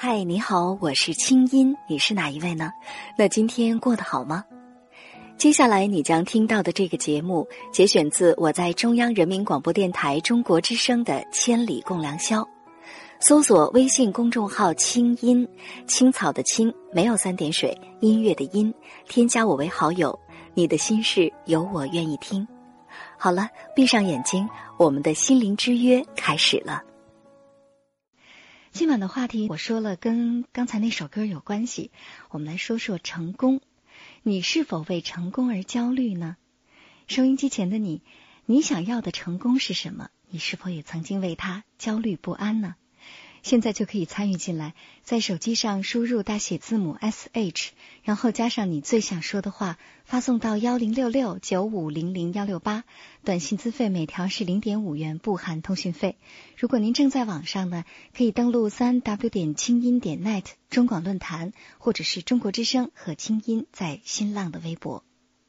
嗨，你好，我是清音，你是哪一位呢？那今天过得好吗？接下来你将听到的这个节目节选自我在中央人民广播电台中国之声的《千里共良宵》，搜索微信公众号清音，青草的青，没有3点水，音乐的音，添加我为好友，你的心事有我愿意听。好了，闭上眼睛，我们的心灵之约开始了。今晚的话题我说了跟刚才那首歌有关系，我们来说说成功。你是否为成功而焦虑呢？收音机前的你，你想要的成功是什么？你是否也曾经为它焦虑不安呢？现在就可以参与进来，在手机上输入大写字母 SH， 然后加上你最想说的话，发送到106695000168，短信资费每条是0.5元，不含通讯费。如果您正在网上呢，可以登录3w 清音.net 中广论坛，或者是中国之声和清音在新浪的微博。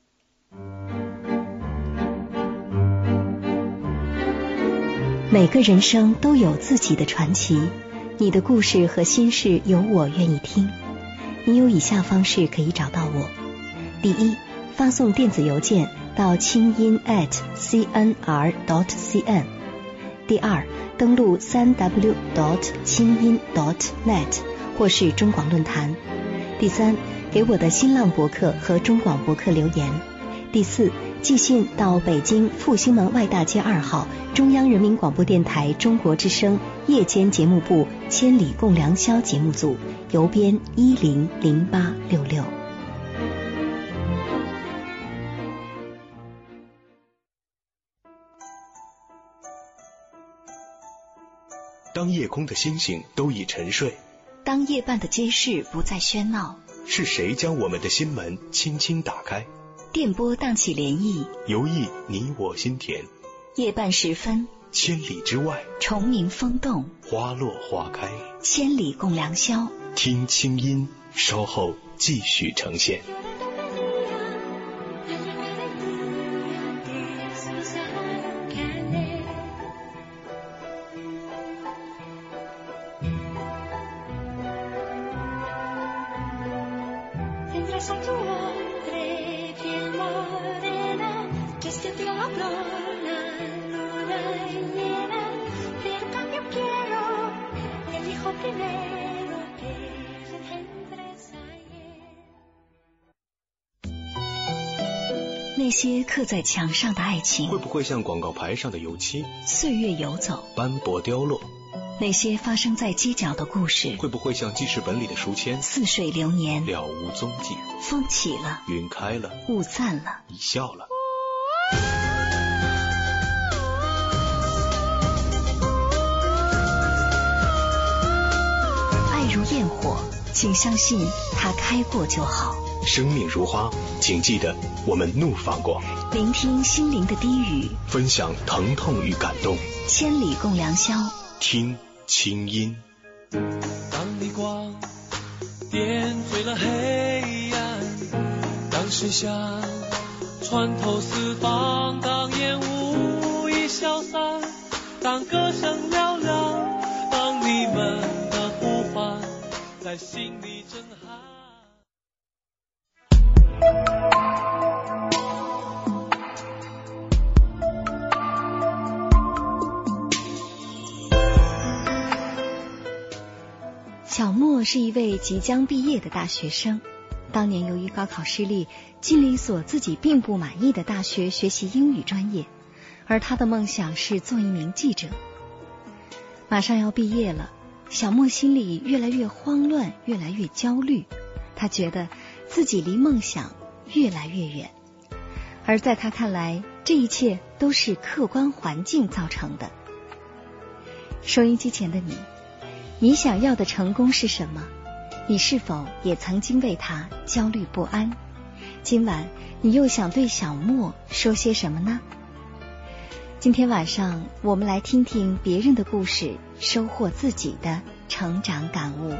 每个人生都有自己的传奇，你的故事和心事有我愿意听。你有以下方式可以找到我：第一，发送电子邮件到清音@cnr.cn；第二，登录3w 清音.net 或是中广论坛；第三，给我的新浪博客和中广博客留言；第四，寄信到北京复兴门外大街2号中央人民广播电台中国之声夜间节目部千里共良宵节目组，邮编100866。 当夜空的星星都已沉睡， 当夜半的街市不再喧闹， 是谁将我们的心门轻轻打开？ 电波荡起涟漪， 游弋你我心田。 夜半时分， 千里之外， 虫鸣风动， 花落花开， 千里共良宵。 听清音，稍后继续呈现。 那些刻在墙上的爱情， 会不会像广告牌上的油漆， 岁月游走， 斑驳凋落？ 那些发生在街角的故事， 会不会像记事本里的书签， 似水流年， 了无踪迹？ 风起了， 云开了， 雾散了， 你笑了。 爱如焰火，请相信它开过就好。 生命如花，请记得我们怒放过。 聆听心灵的低语， 分享疼痛与感动。 千里共良宵， 听清音。 当逆光点缀了黑暗，当声响穿透四方，当烟雾已消散，当歌声嘹亮，当你们的呼唤在心里震撼。 小莫是一位即将毕业的大学生，当年由于高考失利，进了一所自己并不满意的大学学习英语专业，而他的梦想是做一名记者。马上要毕业了，小莫心里越来越慌乱，越来越焦虑，他觉得自己离梦想越来越远。而在他看来，这一切都是客观环境造成的。收音机前的你，你想要的成功是什么？你是否也曾经为它焦虑不安？今晚你又想对小莫说些什么呢？今天晚上我们来听听别人的故事，收获自己的成长感悟。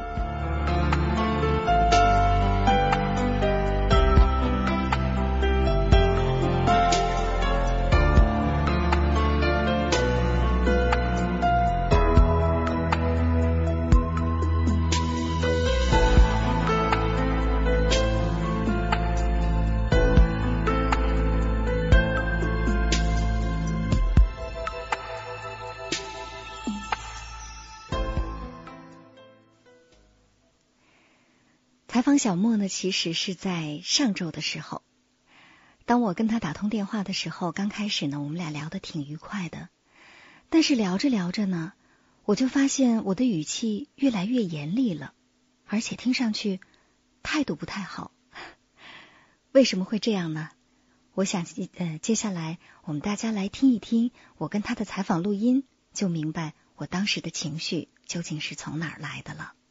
访小莫呢，其实是在上周的时候。当我跟他打通电话的时候，刚开始呢，我们俩聊得挺愉快的。但是聊着聊着呢，我就发现我的语气越来越严厉了，而且听上去态度不太好。为什么会这样呢？我想接下来我们大家来听一听我跟他的采访录音，就明白我当时的情绪究竟是从哪儿来的了。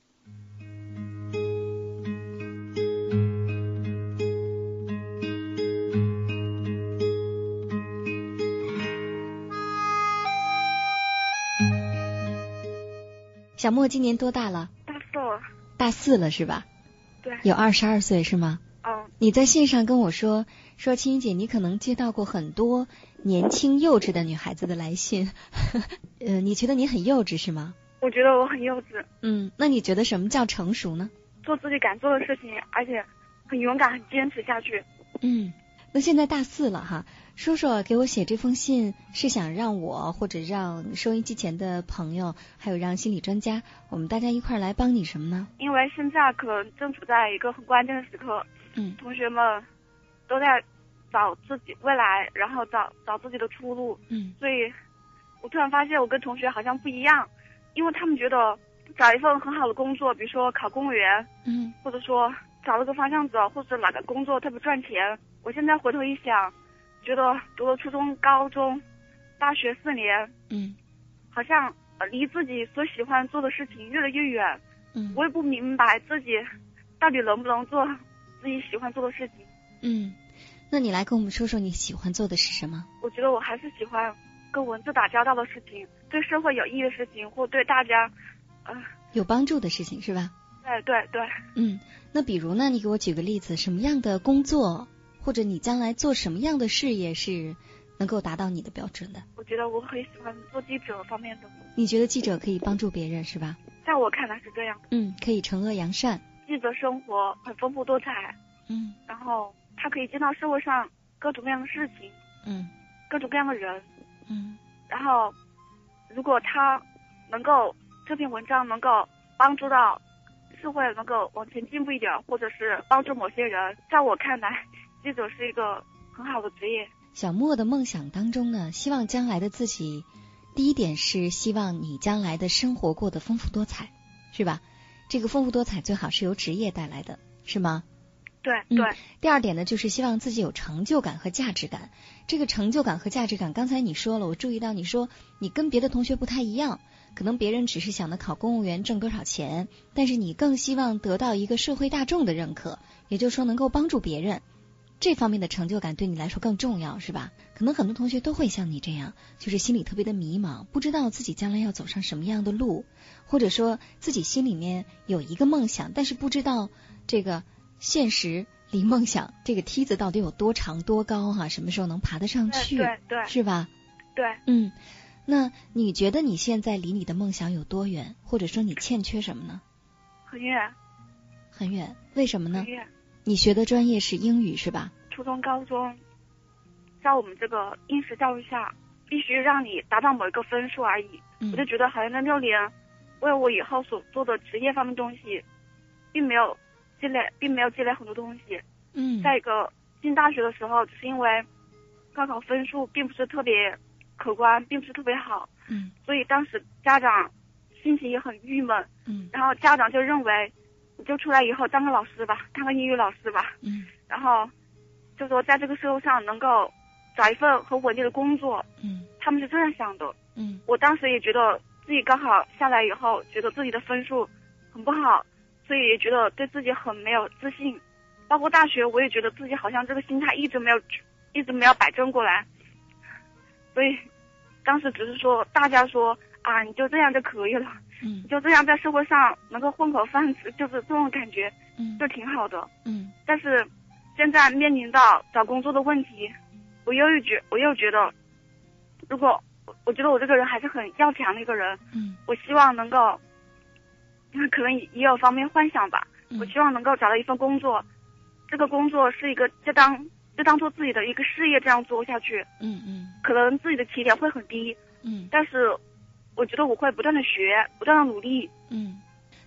小莫今年多大了？ 大4了。 大4了是吧？ 对。 有22岁是吗？你在信上跟我说青云姐，你可能接到过很多年轻幼稚的女孩子的来信，你觉得你很幼稚是吗？ 我觉得我很幼稚。 那你觉得什么叫成熟呢？ 做自己敢做的事情，而且很勇敢，很坚持下去。 那现在大4了哈，说说给我写这封信是想让我或者让收音机前的朋友，还有让心理专家，我们大家一块来帮你什么呢？ 因为现在可能正处在一个很关键的时刻。同学们都在找自己未来，然后找自己的出路。所以我突然发现我跟同学好像不一样，因为他们觉得找一份很好的工作，比如说考公务员，或者说找了个方向走，或者哪个工作特别赚钱。我现在回头一想，觉得读了初中、高中、大学4年，好像离自己所喜欢做的事情越来越远。我也不明白自己到底能不能做自己喜欢做的事情。 那你来跟我们说说你喜欢做的是什么？ 我觉得我还是喜欢跟文字打交道的事情，对社会有意义的事情，或对大家有帮助的事情是吧？ 对。 那比如呢，你给我举个例子，什么样的工作或者你将来做什么样的事业是能够达到你的标准的？ 我觉得我很喜欢做记者方面的。 你觉得记者可以帮助别人是吧？ 在我看来是这样。 可以惩恶扬善。 记者生活很丰富多彩。然后他可以见到社会上各种各样的事情。各种各样的人。然后如果他能够这篇文章能够帮助到社会，能够往前进步一点，或者是帮助某些人，在我看来记者是一个很好的职业。 小莫的梦想当中呢，希望将来的自己，第一点是希望你将来的生活过得丰富多彩，是吧？这个丰富多彩最好是由职业带来的，是吗？ 对。 第二点呢，就是希望自己有成就感和价值感。这个成就感和价值感，刚才你说了，我注意到你说你跟别的同学不太一样，可能别人只是想着考公务员挣多少钱，但是你更希望得到一个社会大众的认可，也就是说能够帮助别人，这方面的成就感对你来说更重要，是吧？可能很多同学都会像你这样，就是心里特别的迷茫，不知道自己将来要走上什么样的路，或者说自己心里面有一个梦想，但是不知道这个现实离梦想这个梯子到底有多长多高什么时候能爬得上去？ 对， 是吧？ 对。 那你觉得你现在离你的梦想有多远，或者说你欠缺什么呢？ 很远。 很远，为什么呢？ 很远。 你学的专业是英语是吧？ 初中、高中，在我们这个应试教育下，必须让你达到某一个分数而已。我就觉得好像那6年，为我以后所做的职业方面东西，并没有积累很多东西。再一个，进大学的时候，只是因为高考分数并不是特别可观，并不是特别好。所以当时家长心情也很郁闷。然后家长就认为，你就出来以后当个老师吧，当个英语老师吧。然后就说在这个社会上能够找一份很稳定的工作。他们是这样想的。我当时也觉得自己高考下来以后，觉得自己的分数很不好，所以也觉得对自己很没有自信。包括大学，我也觉得自己好像这个心态一直没有摆正过来。所以当时只是说大家说你就这样就可以了。你就这样在社会上能够混口饭吃，就是这种感觉。就挺好的。但是现在面临到找工作的问题，我又觉得，如果我觉得我这个人还是很要强的一个人。我希望能够，可能也有方面幻想吧。我希望能够找到一份工作，这个工作是一个就当做自己的一个事业这样做下去。可能自己的起点会很低。但是我觉得我会不断的学，不断的努力。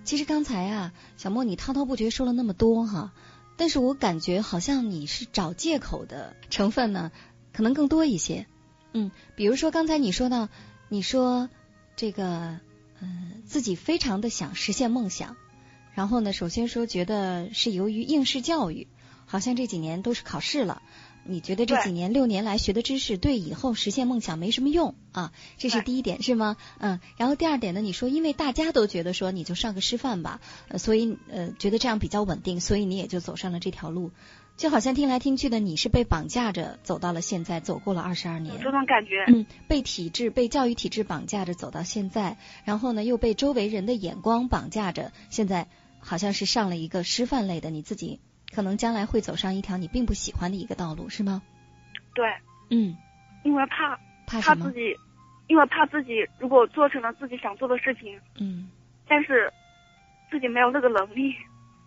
其实刚才啊，小莫你滔滔不绝说了那么多哈，但是我感觉好像你是找借口的成分呢，可能更多一些。比如说刚才你说到，你说这个自己非常的想实现梦想，然后呢，首先说觉得是由于应试教育，好像这几年都是考试了，你觉得这几年6年来学的知识对以后实现梦想没什么用啊，这是第一点是吗？然后第二点呢，你说因为大家都觉得说你就上个师范吧，所以觉得这样比较稳定，所以你也就走上了这条路，就好像听来听去的你是被绑架着走到了现在，走过了22年， 这种感觉。 被教育体制绑架着走到现在，然后呢又被周围人的眼光绑架着，现在好像是上了一个师范类的，你自己可能将来会走上一条你并不喜欢的一个道路，是吗？ 对。因为怕什么？ 自己，因为怕自己如果做成了自己想做的事情，但是自己没有那个能力，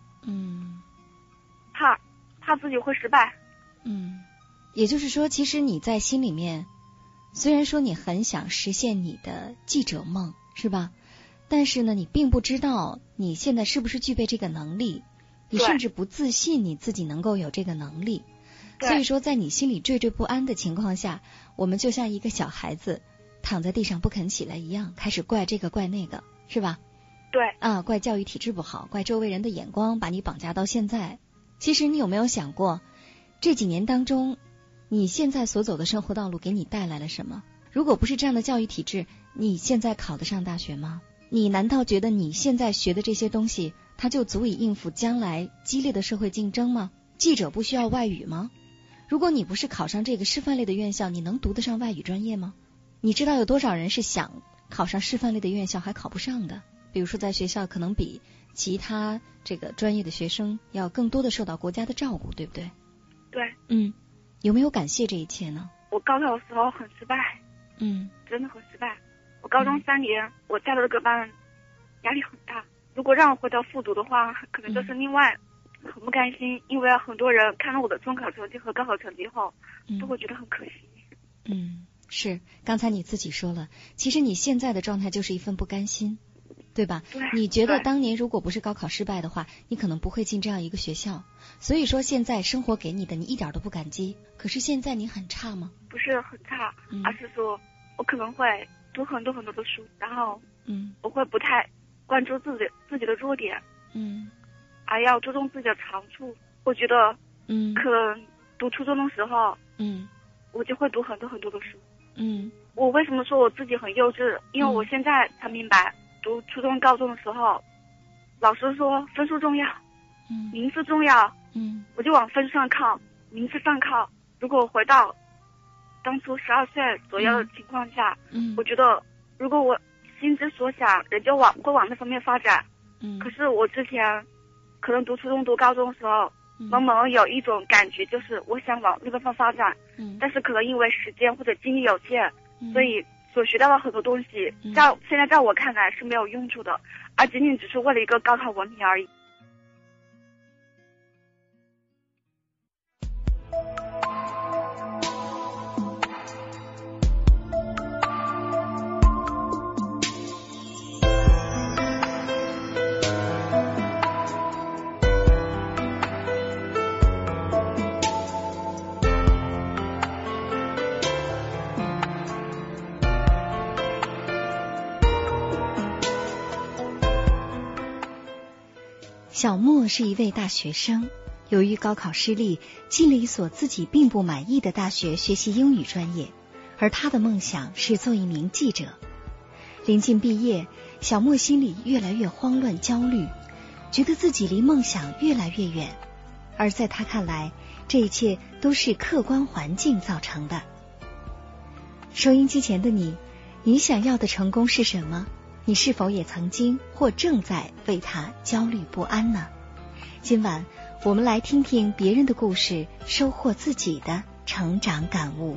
怕自己会失败。 也就是说，其实你在心里面，虽然说你很想实现你的记者梦，是吧？但是呢，你并不知道你现在是不是具备这个能力，你甚至不自信你自己能够有这个能力。所以说在你心里惴惴不安的情况下，我们就像一个小孩子躺在地上不肯起来一样，开始怪这个怪那个，是吧？ 对。 怪教育体制不好，怪周围人的眼光把你绑架到现在。其实你有没有想过，这几年当中你现在所走的生活道路给你带来了什么？如果不是这样的教育体制，你现在考得上大学吗？你难道觉得你现在学的这些东西它就足以应付将来激烈的社会竞争吗？记者不需要外语吗？如果你不是考上这个师范类的院校，你能读得上外语专业吗？你知道有多少人是想考上师范类的院校还考不上的？比如说在学校可能比其他这个专业的学生要更多的受到国家的照顾，对不对？ 对。 有没有感谢这一切呢？ 我高考的时候很失败。真的很失败。我高中3年，我带了这个班，压力很大。如果让我回到复读的话，可能就是另外很不甘心，因为很多人看到我的中考成绩和高考成绩后，都会觉得很可惜。 是，刚才你自己说了，其实你现在的状态就是一份不甘心，对吧？ 对。 你觉得当年如果不是高考失败的话，你可能不会进这样一个学校，所以说现在生活给你的你一点都不感激。可是现在你很差吗？ 不是很差，而是说我可能会读很多很多的书，然后我会不太关注自己的弱点，而要注重自己的长处。我觉得可能读初中的时候我就会读很多很多的书。我为什么说我自己很幼稚？因为我现在才明白，读初中高中的时候老师说分数重要，名次重要，我就往分数上靠，名次上靠。如果回到当初12岁左右的情况下，我觉得如果我心之所想，人就会往那方面发展。可是我之前可能读初中读高中的时候，萌萌有一种感觉，就是我想往那个方发展，但是可能因为时间或者精力有限，所以所学到的很多东西，现在在我看来是没有用处的，而仅仅只是为了一个高考文凭而已。 小莫是一位大学生，由于高考失利，进了一所自己并不满意的大学学习英语专业，而他的梦想是做一名记者。临近毕业，小莫心里越来越慌乱焦虑，觉得自己离梦想越来越远，而在他看来，这一切都是客观环境造成的。收音机前的你，你想要的成功是什么？你是否也曾经或正在为他焦虑不安呢？今晚我们来听听别人的故事，收获自己的成长感悟。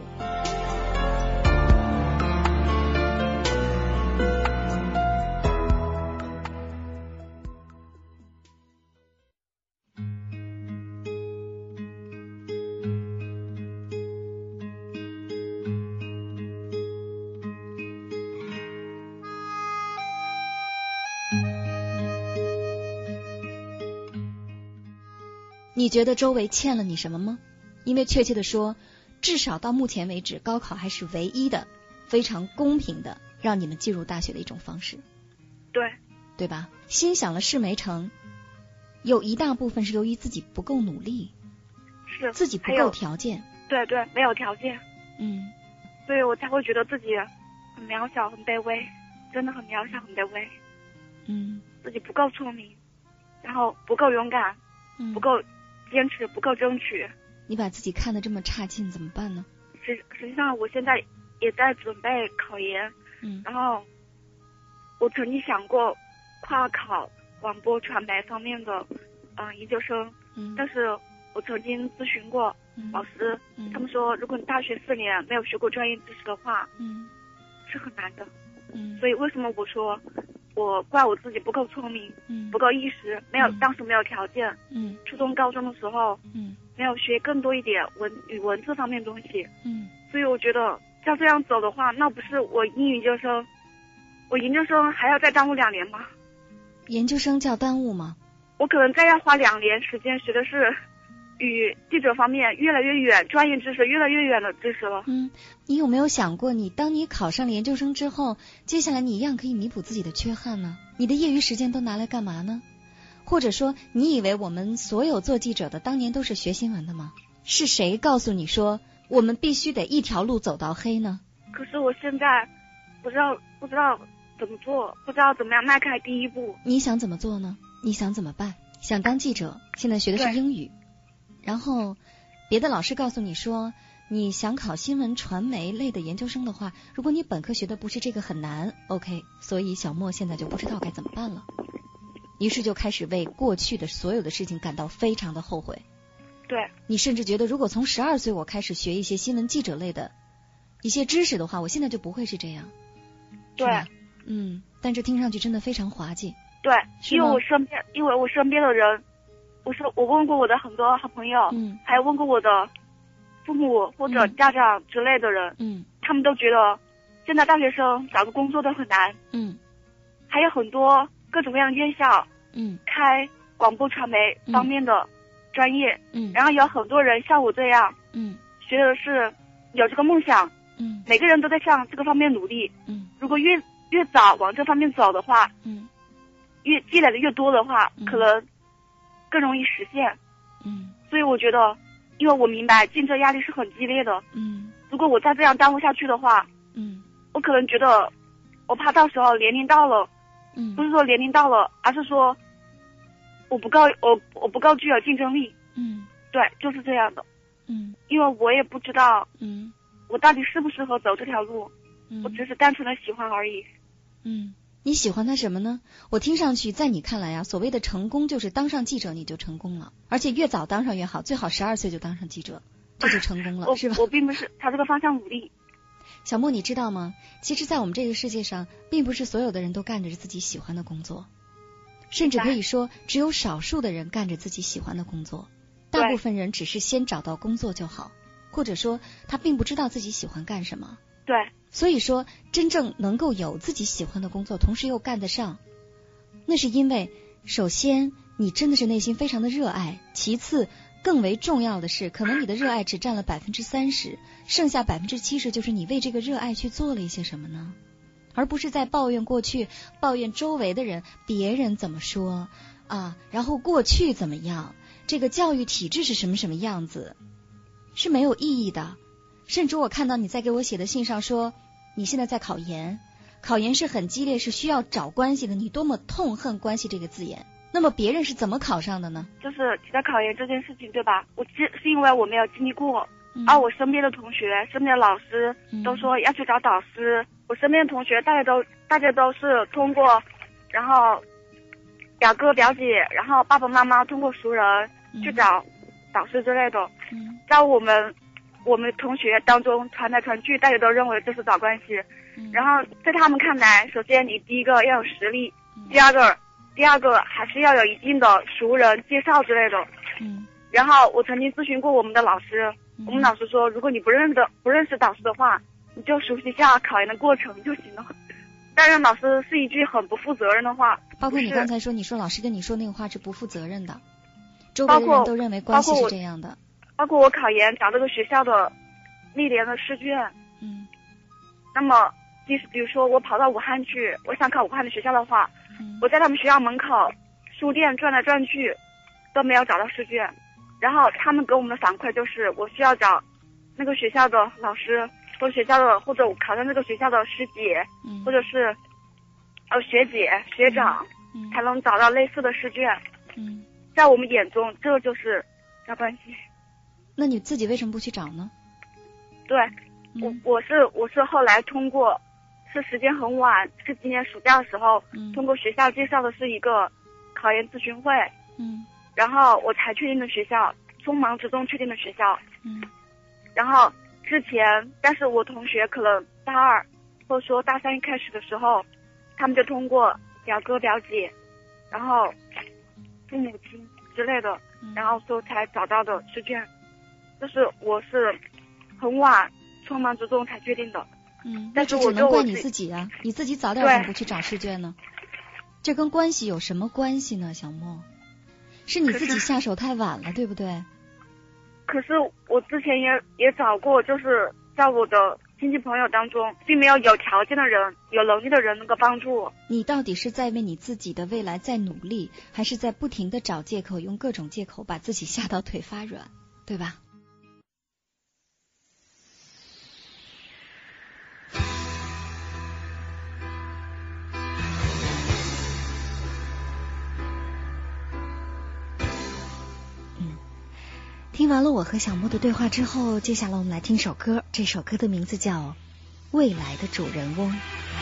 你觉得周围欠了你什么吗？因为确切的说，至少到目前为止，高考还是唯一的非常公平的让你们进入大学的一种方式。对吧？心想了事没成，有一大部分是由于自己不够努力， 是自己不够条件。 对，没有条件。所以我才会觉得自己很渺小，很卑微，真的很渺小，很卑微。自己不够聪明，然后不够勇敢，不够坚持，不够争取。 你把自己看得这么差劲，怎么办呢？ 实际上，我现在也在准备考研。然后我曾经想过跨考广播传媒方面的研究生。但是我曾经咨询过老师，他们说如果你大学4年没有学过专业知识的话，是很难的。所以为什么我说我怪我自己不够聪明，不够意识，当时没有条件。初中高中的时候没有学更多一点文字方面的东西。所以我觉得要这样走的话，那不是我英语研究生，我研究生还要再耽误2年吗？ 研究生叫耽误吗？ 我可能再要花2年时间学的是与记者方面越来越远，专业知识越来越远的知识了。 你有没有想过，当你考上了研究生之后，接下来你一样可以弥补自己的缺憾呢？你的业余时间都拿来干嘛呢？或者说，你以为我们所有做记者的当年都是学新闻的吗？是谁告诉你说我们必须得一条路走到黑呢？ 可是我现在不知道怎么做，不知道怎么样迈开第一步。 你想怎么做呢？你想怎么办？想当记者，现在学的是英语，然后别的老师告诉你说你想考新闻传媒类的研究生的话，如果你本科学的不是这个很难 OK， 所以小莫现在就不知道该怎么办了，于是就开始为过去的所有的事情感到非常的后悔。 对， 你甚至觉得如果从12岁我开始学一些新闻记者类的一些知识的话，我现在就不会是这样。 对， 但这听上去真的非常滑稽。 对，因为我身边的人，我问过我的很多好朋友，还有问过我的父母或者家长之类的人，他们都觉得现在大学生找个工作都很难。还有很多各种各样的院校，开广播传媒方面的专业，然后有很多人像我这样，学的是有这个梦想，每个人都在向这个方面努力，如果越早往这方面走的话，越积累的越多的话，可能更容易实现。所以我觉得，因为我明白竞争压力是很激烈的，如果我再这样耽误下去的话，我可能觉得我怕到时候年龄到了，不是说年龄到了，而是说我不够具有竞争力。对，就是这样的。因为我也不知道我到底适不适合走这条路，我只是单纯的喜欢而已。 你喜欢他什么呢？我听上去在你看来啊，所谓的成功就是当上记者你就成功了，而且越早当上越好，最好12岁就当上记者，这就成功了，是吧？ 我并不是朝这个方向努力。 小莫，你知道吗？其实在我们这个世界上，并不是所有的人都干着自己喜欢的工作，甚至可以说只有少数的人干着自己喜欢的工作，大部分人只是先找到工作就好，或者说他并不知道自己喜欢干什么。 对， 所以说真正能够有自己喜欢的工作，同时又干得上，那是因为首先你真的是内心非常的热爱，其次更为重要的是，可能你的热爱只占了30%，剩下70%就是你为这个热爱去做了一些什么呢？而不是在抱怨过去，抱怨周围的人，别人怎么说啊，然后过去怎么样，这个教育体制是什么样子，是没有意义的。甚至我看到你在给我写的信上说，你现在在考研，考研是很激烈，是需要找关系的，你多么痛恨关系这个字眼。那么别人是怎么考上的呢？ 就是提到考研这件事情，对吧？是因为我没有经历过，而我身边的同学、身边的老师都说要去找导师。我身边的同学大家都是通过，然后表哥表姐，然后爸爸妈妈通过熟人去找导师之类的。在我们同学当中传来传去，大家都认为这是找关系。然后在他们看来，首先你第一个要有实力，第二个还是要有一定的熟人介绍之类的。然后我曾经咨询过我们的老师，我们老师说，如果你不认识导师的话，你就熟悉一下考研的过程就行了。当然老师是一句很不负责任的话， 包括你刚才说，你说老师跟你说那个话是不负责任的， 周围的人都认为关系是这样的。 包括我考研找这个学校的历年的试卷，那么比如说我跑到武汉去，我想考武汉的学校的话，我在他们学校门口书店转来转去都没有找到试卷，然后他们给我们的反馈就是我需要找那个学校的老师或者学校的，或者我考上这个学校的师姐，或者是学姐学长，才能找到类似的试卷。在我们眼中这就是要关系。 那你自己为什么不去找呢？ 对，我是后来通过，是时间很晚，是今年暑假的时候，通过学校介绍的是一个考研咨询会，然后我才确定的学校，匆忙之中确定的学校，然后之前，但是我同学可能大二或者说大三一开始的时候，他们就通过表哥表姐，然后父母亲之类的，然后说才找到的试卷，就是我是很晚匆忙之中才确定的。 但是只能怪你自己啊，你自己早点怎么不去找试卷呢？这跟关系有什么关系呢？小莫，是你自己下手太晚了，对不对？ 可是我之前也找过，就是在我的亲戚朋友当中，并没有条件的人、有能力的人能够帮助我。 你到底是在为你自己的未来在努力，还是在不停的找借口，用各种借口把自己吓到腿发软，对吧？听完了我和小莫的对话之后，接下来我们来听首歌，这首歌的名字叫《未来的主人翁》。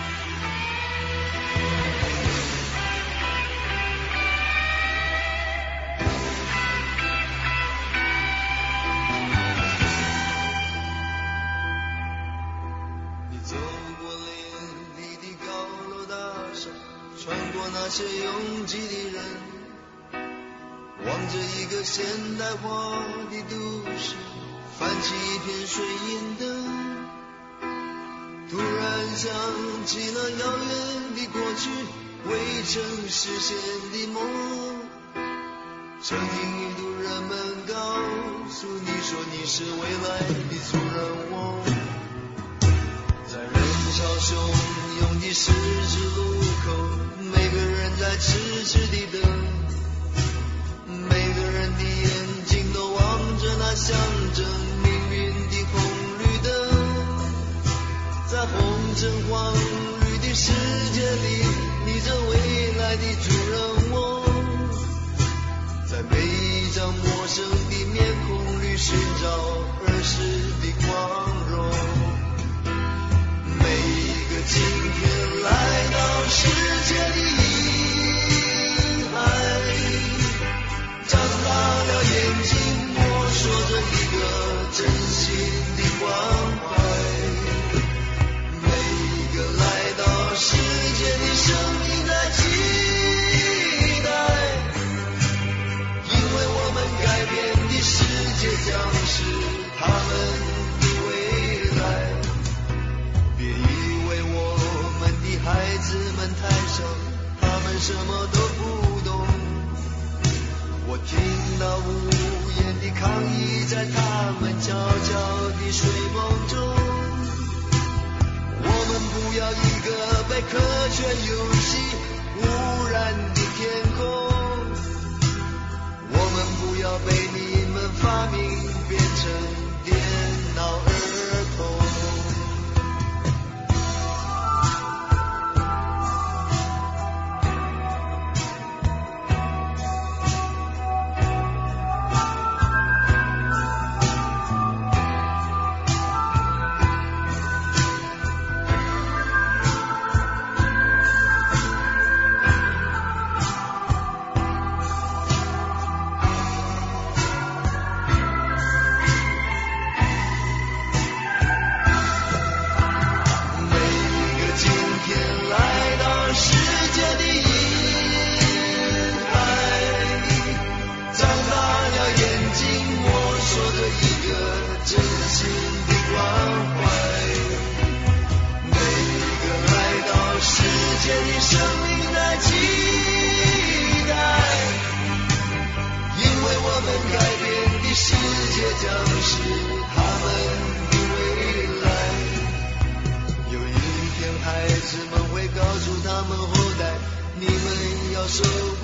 你走过了眼里的高楼大厦，穿过那些拥挤的人，望着一个现代化的都市，泛起一片水银灯，突然想起那遥远的过去，未曾实现的梦。曾经一度人们告诉你说你是未来的主人翁，在人潮汹涌的十字路口，每个人在痴痴地等，每个人的眼睛都望着那象征命运的红绿灯，在红橙黄绿的世界里，你这未来的主人翁，在每一张陌生的面孔里寻找儿时的光荣，每一个今天来到世界的遗憾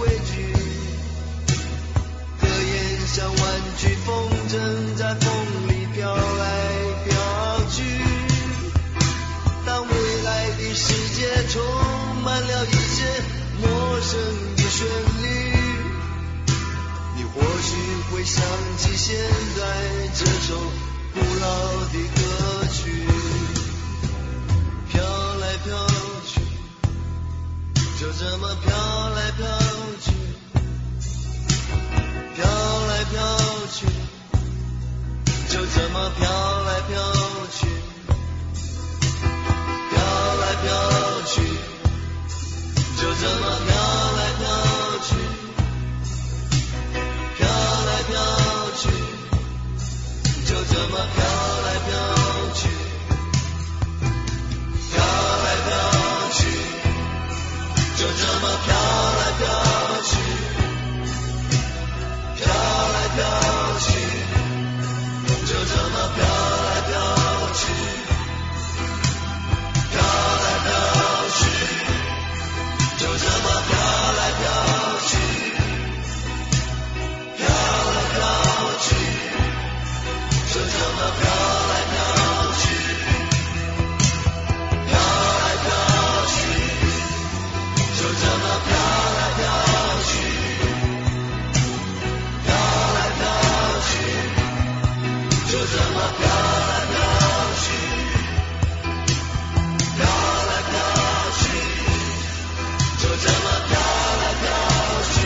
畏惧。歌言像玩具风筝，在风里飘来飘去。当未来的世界充满了一些陌生的旋律，你或许会想起现在这首古老的歌曲。飘来飘去，就这么飘来飘去，飘来飘去，就这么飘来飘去，飘来飘去，就这么飘来飘去，飘来飘去，就这么飘来飘去，飘来飘去，就这么飘来飘去，飘来飘去，就这么飘来飘去，飘来飘去，就这么飘来飘去，飘来飘去，就这么飘来飘去，飘来飘去，就这么飘来飘去，飘来飘去，就这么飘来飘去，飘来飘去，就这么飘来飘去，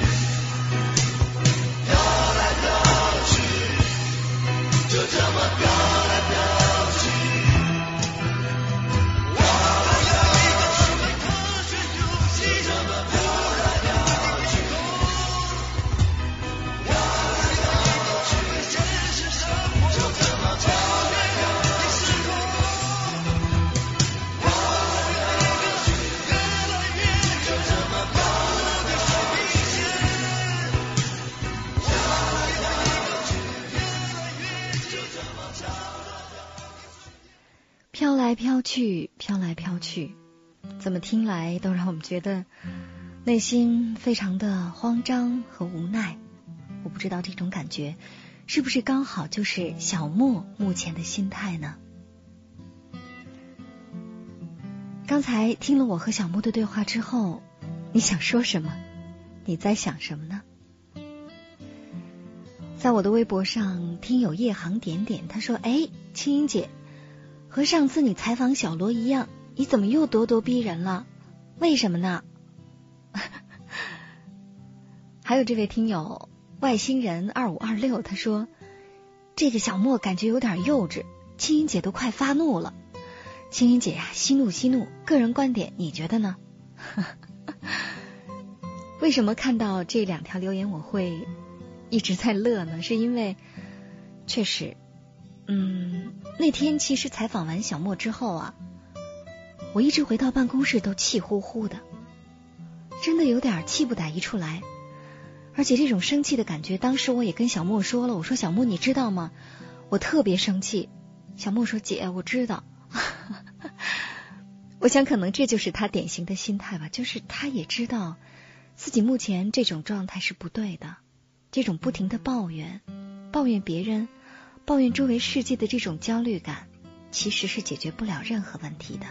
飘来飘去，就这么飘来飘去。我有一个智慧科学游戏，这么飘来飘去，我有一个智慧现实生活，就这么飘来飘去，我有一个越来越就这么飘来飘去，我有一个越来越就这么飘来飘来飘去，飘来飘去，怎么听来都让我们觉得内心非常的慌张和无奈。我不知道这种感觉是不是刚好就是小莫目前的心态呢？刚才听了我和小莫的对话之后，你想说什么？你在想什么呢？在我的微博上，听友夜航点点他说，青音姐，和上次你采访小罗一样，你怎么又咄咄逼人了？为什么呢？还有这位听友外星人2526他说，这个小莫感觉有点幼稚，青音姐都快发怒了。青音姐呀，息怒息怒，个人观点，你觉得呢？为什么看到这两条留言我会一直在乐呢？是因为确实那天其实采访完小莫之后啊，我一直回到办公室都气呼呼的，真的有点气不打一处来。而且这种生气的感觉，当时我也跟小莫说了，我说小莫你知道吗？我特别生气。小莫说姐我知道。我想可能这就是他典型的心态吧，就是他也知道自己目前这种状态是不对的，这种不停的抱怨别人，抱怨周围世界的这种焦虑感，其实是解决不了任何问题的。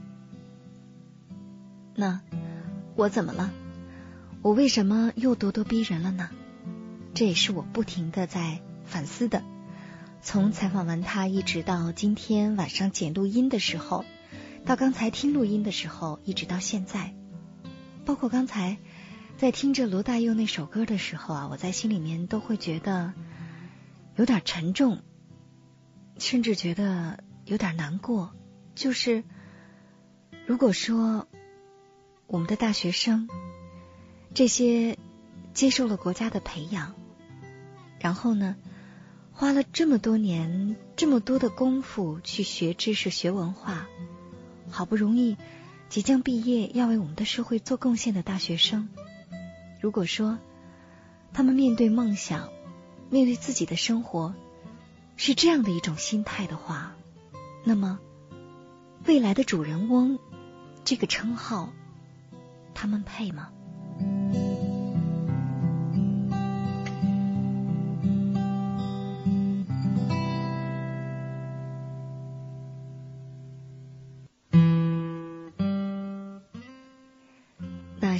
那我怎么了？我为什么又咄咄逼人了呢？这也是我不停的在反思的。从采访完他一直到今天晚上剪录音的时候，到刚才听录音的时候，一直到现在，包括刚才在听着罗大佑那首歌的时候啊，我在心里面都会觉得有点沉重，甚至觉得有点难过。就是如果说我们的大学生，这些接受了国家的培养，然后呢花了这么多年这么多的功夫去学知识学文化，好不容易即将毕业要为我们的社会做贡献的大学生，如果说他们面对梦想，面对自己的生活是这样的一种心态的话，那么未来的主人翁这个称号他们配吗？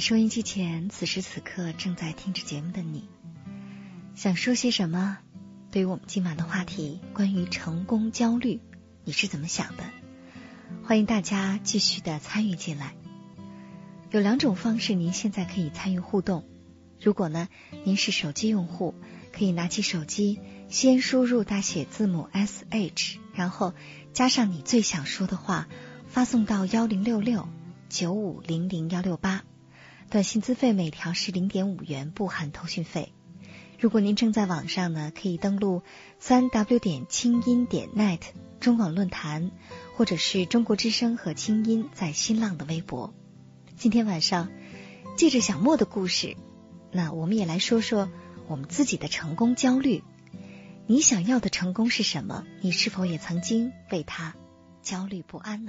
收音机前，此时此刻正在听着节目的你，想说些什么？对于我们今晚的话题，关于成功焦虑，你是怎么想的？欢迎大家继续的参与进来。有2种方式您现在可以参与互动。如果呢您是手机用户，可以拿起手机，先输入大写字母 SH， 然后加上你最想说的话，发送到1066-9500-168，短信资费每条是0.5元，不含通讯费。如果您正在网上呢，可以登录3w 清音.net 中广论坛，或者是中国之声和清音在新浪的微博。今天晚上借着小莫的故事，那我们也来说说我们自己的成功焦虑。你想要的成功是什么？你是否也曾经为它焦虑不安呢？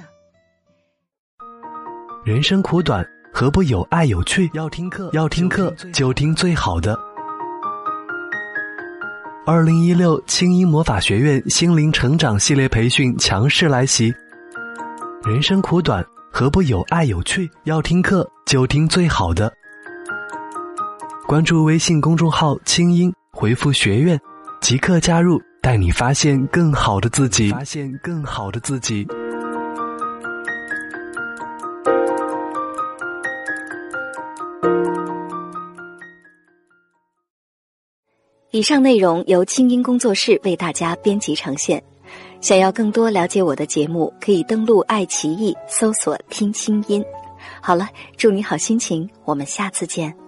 人生苦短，何不有爱有趣？要听课就听最好的。2016清音魔法学院心灵成长系列培训强势来袭。人生苦短，何不有爱有趣？要听课就听最好的。关注微信公众号清音，回复学院，即刻加入，带你发现更好的自己。 以上内容由清音工作室为大家编辑呈现。想要更多了解我的节目，可以登录爱奇艺搜索听清音。好了，祝你好心情，我们下次见。